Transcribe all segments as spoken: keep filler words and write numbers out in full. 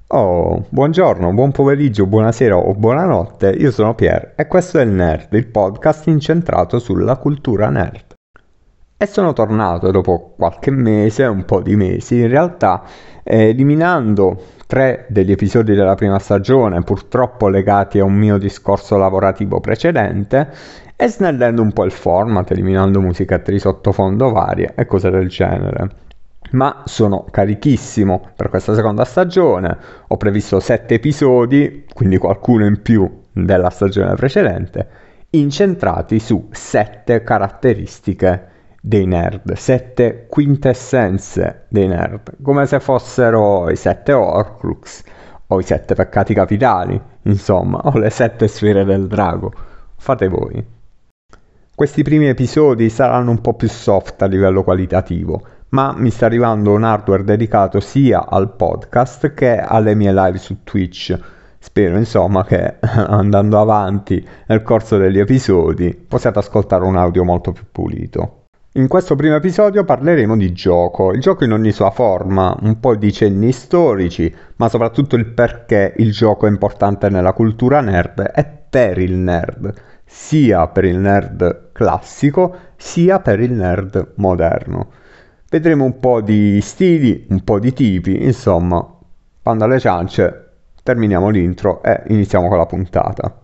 Oh, buongiorno, buon pomeriggio, buonasera o buonanotte, io sono Pier e questo è il Nerd, il podcast incentrato sulla cultura nerd. E sono tornato dopo qualche mese, un po' di mesi in realtà, eh, eliminando tre degli episodi della prima stagione, purtroppo legati a un mio discorso lavorativo precedente, e snellendo un po' il format, eliminando musichette di sottofondo varie e cose del genere. Ma sono carichissimo per questa seconda stagione, ho previsto sette episodi, quindi qualcuno in più della stagione precedente, incentrati su sette caratteristiche dei nerd, sette quintessenze dei nerd, come se fossero i sette Horcrux o i sette peccati capitali, insomma, o le sette sfere del drago. Fate voi. Questi primi episodi saranno un po' più soft a livello qualitativo, ma mi sta arrivando un hardware dedicato sia al podcast che alle mie live su Twitch. Spero insomma che andando avanti nel corso degli episodi possiate ascoltare un audio molto più pulito. In questo primo episodio parleremo di gioco, il gioco in ogni sua forma, un po' di cenni storici, ma soprattutto il perché il gioco è importante nella cultura nerd e per il nerd, sia per il nerd classico sia per il nerd moderno. Vedremo un po' di stili, un po' di tipi, insomma, bando alle ciance, terminiamo l'intro e iniziamo con la puntata.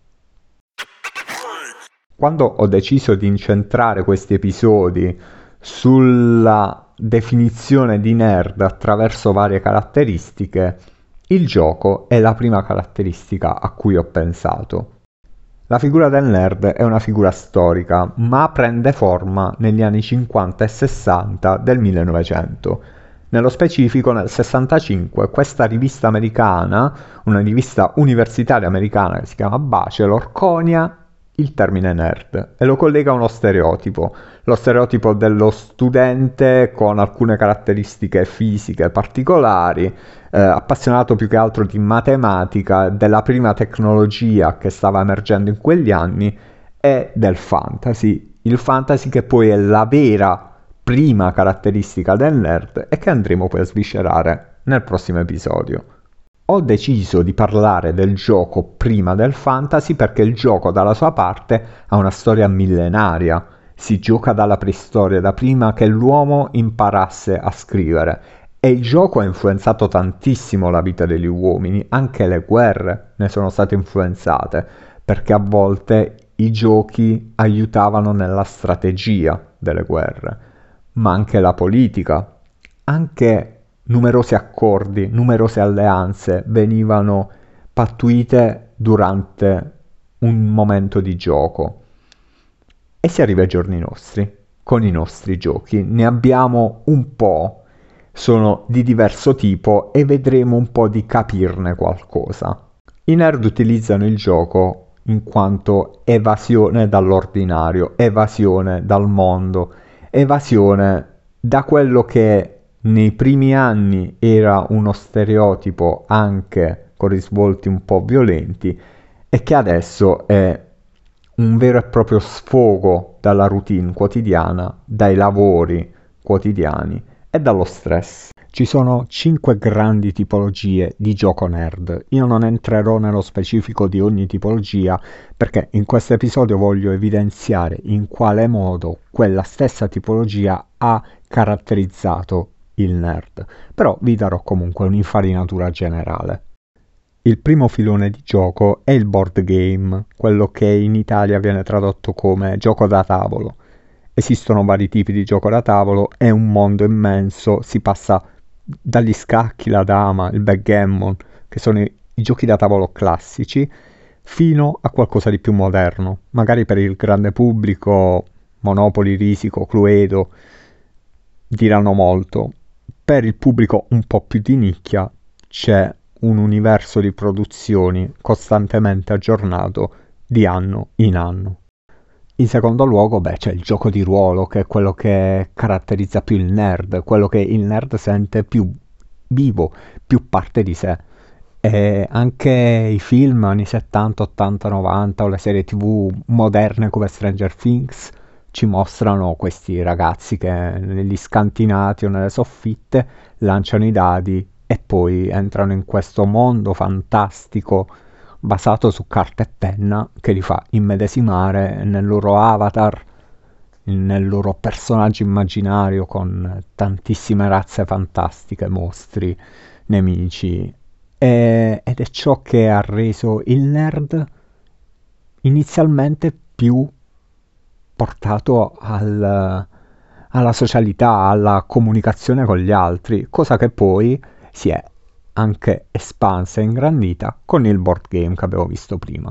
Quando ho deciso di incentrare questi episodi sulla definizione di nerd attraverso varie caratteristiche, il gioco è la prima caratteristica a cui ho pensato. La figura del nerd è una figura storica, ma prende forma negli anni cinquanta e sessanta del millenovecento. Nello specifico nel sessantacinque questa rivista americana, una rivista universitaria americana che si chiama Bachelor, conia il termine nerd e lo collega a uno stereotipo, lo stereotipo dello studente con alcune caratteristiche fisiche particolari, eh, appassionato più che altro di matematica, della prima tecnologia che stava emergendo in quegli anni e del fantasy, il fantasy che poi è la vera prima caratteristica del nerd e che andremo poi a sviscerare nel prossimo episodio. Ho deciso di parlare del gioco prima del fantasy perché il gioco dalla sua parte ha una storia millenaria, si gioca dalla preistoria, da prima che l'uomo imparasse a scrivere, e il gioco ha influenzato tantissimo la vita degli uomini, anche le guerre ne sono state influenzate, perché a volte i giochi aiutavano nella strategia delle guerre, ma anche la politica, anche numerosi accordi, numerose alleanze venivano pattuite durante un momento di gioco. E si arriva ai giorni nostri, con i nostri giochi. Ne abbiamo un po', sono di diverso tipo e vedremo un po' di capirne qualcosa. I nerd utilizzano il gioco in quanto evasione dall'ordinario, evasione dal mondo, evasione da quello che nei primi anni era uno stereotipo anche con risvolti un po' violenti e che adesso è un vero e proprio sfogo dalla routine quotidiana, dai lavori quotidiani e dallo stress. Ci sono cinque grandi tipologie di gioco nerd. Io non entrerò nello specifico di ogni tipologia perché in questo episodio voglio evidenziare in quale modo quella stessa tipologia ha caratterizzato il nerd, però vi darò comunque un'infarinatura generale. Il primo filone di gioco è il board game, quello che in Italia viene tradotto come gioco da tavolo. Esistono vari tipi di gioco da tavolo, è un mondo immenso, si passa dagli scacchi, la dama, il backgammon, che sono i, i giochi da tavolo classici, fino a qualcosa di più moderno, magari per il grande pubblico, Monopoli, Risico, Cluedo, diranno molto. Per il pubblico un po' più di nicchia c'è un universo di produzioni costantemente aggiornato di anno in anno. In secondo luogo, beh, c'è il gioco di ruolo, che è quello che caratterizza più il nerd, quello che il nerd sente più vivo, più parte di sé. E anche i film anni settanta, ottanta, novanta o le serie tv moderne come Stranger Things ci mostrano questi ragazzi che negli scantinati o nelle soffitte lanciano i dadi e poi entrano in questo mondo fantastico basato su carta e penna che li fa immedesimare nel loro avatar, nel loro personaggio immaginario con tantissime razze fantastiche, mostri, nemici. E- ed è ciò che ha reso il nerd inizialmente più portato al- alla socialità, alla comunicazione con gli altri, cosa che poi si è anche espansa e ingrandita con il board game che abbiamo visto prima.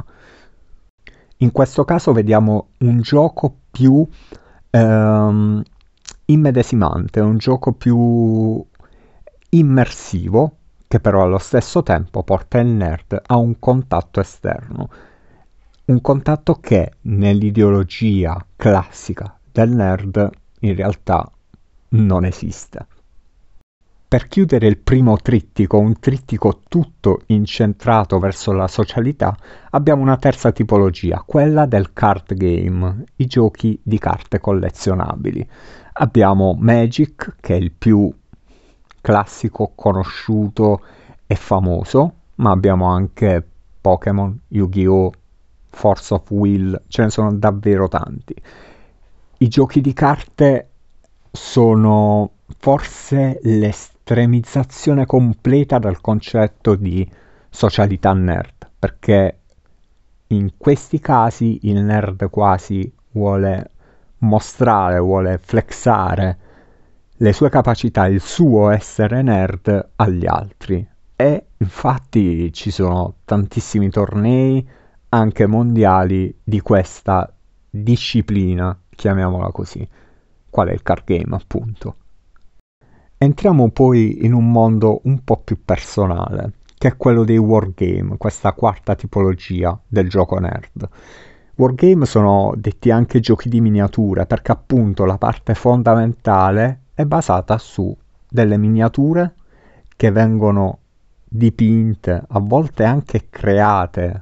In questo caso vediamo un gioco più ehm, immedesimante, un gioco più immersivo che però allo stesso tempo porta il nerd a un contatto esterno. Un contatto che nell'ideologia classica del nerd in realtà non esiste. Per chiudere il primo trittico, un trittico tutto incentrato verso la socialità, abbiamo una terza tipologia, quella del card game, i giochi di carte collezionabili. Abbiamo Magic, che è il più classico, conosciuto e famoso, ma abbiamo anche Pokémon, Yu-Gi-Oh!, Force of Will, ce ne sono davvero tanti. I giochi di carte sono forse l'estremizzazione completa del concetto di socialità nerd, perché in questi casi il nerd quasi vuole mostrare, vuole flexare le sue capacità, il suo essere nerd agli altri. E infatti ci sono tantissimi tornei, anche mondiali, di questa disciplina, chiamiamola così, qual è il card game appunto. Entriamo poi in un mondo un po' più personale, che è quello dei wargame, questa quarta tipologia del gioco nerd. Wargame sono detti anche giochi di miniature, perché appunto la parte fondamentale è basata su delle miniature che vengono dipinte, a volte anche create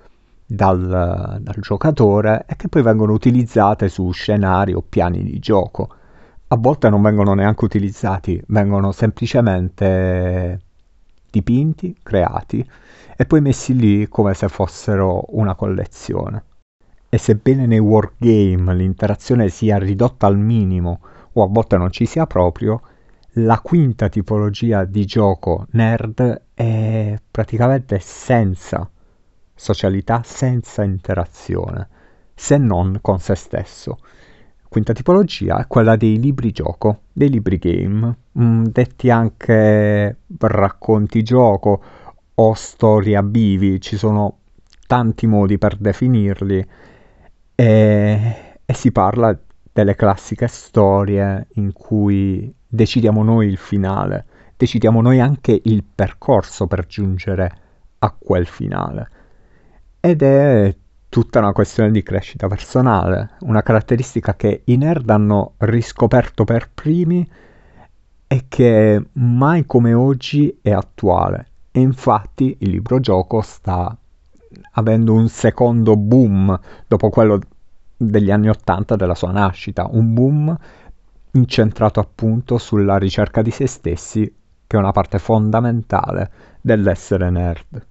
dal, dal giocatore e che poi vengono utilizzate su scenari o piani di gioco. A volte non vengono neanche utilizzati, vengono semplicemente dipinti, creati e poi messi lì come se fossero una collezione. E sebbene nei wargame l'interazione sia ridotta al minimo o a volte non ci sia proprio, la quinta tipologia di gioco nerd è praticamente senza socialità, senza interazione, se non con se stesso. Quinta tipologia è quella dei libri gioco, dei libri game, mm, detti anche racconti gioco o storie a bivi, ci sono tanti modi per definirli e, e si parla delle classiche storie in cui decidiamo noi il finale, decidiamo noi anche il percorso per giungere a quel finale. Ed è tutta una questione di crescita personale, una caratteristica che i nerd hanno riscoperto per primi e che mai come oggi è attuale. E infatti il libro gioco sta avendo un secondo boom dopo quello degli anni ottanta della sua nascita, un boom incentrato appunto sulla ricerca di se stessi, che è una parte fondamentale dell'essere nerd.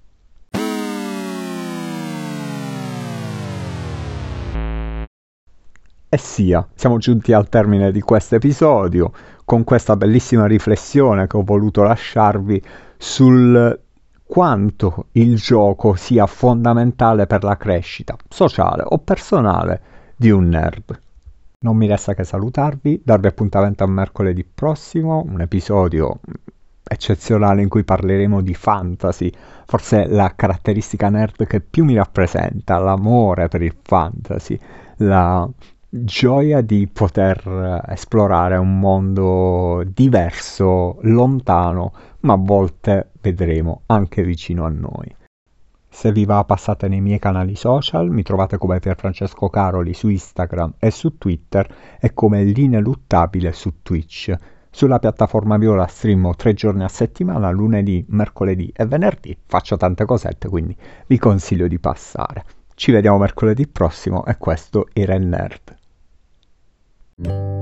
E sia, siamo giunti al termine di questo episodio, con questa bellissima riflessione che ho voluto lasciarvi sul quanto il gioco sia fondamentale per la crescita sociale o personale di un nerd. Non mi resta che salutarvi, darvi appuntamento a mercoledì prossimo, un episodio eccezionale in cui parleremo di fantasy, forse la caratteristica nerd che più mi rappresenta, l'amore per il fantasy, la gioia di poter esplorare un mondo diverso, lontano, ma a volte vedremo anche vicino a noi. Se vi va, passate nei miei canali social, mi trovate come Pierfrancesco Caroli su Instagram e su Twitter e come L'ineluttabile su Twitch. Sulla piattaforma Viola streamo tre giorni a settimana, lunedì, mercoledì e venerdì. Faccio tante cosette, quindi vi consiglio di passare. Ci vediamo mercoledì prossimo e questo era il Nerd.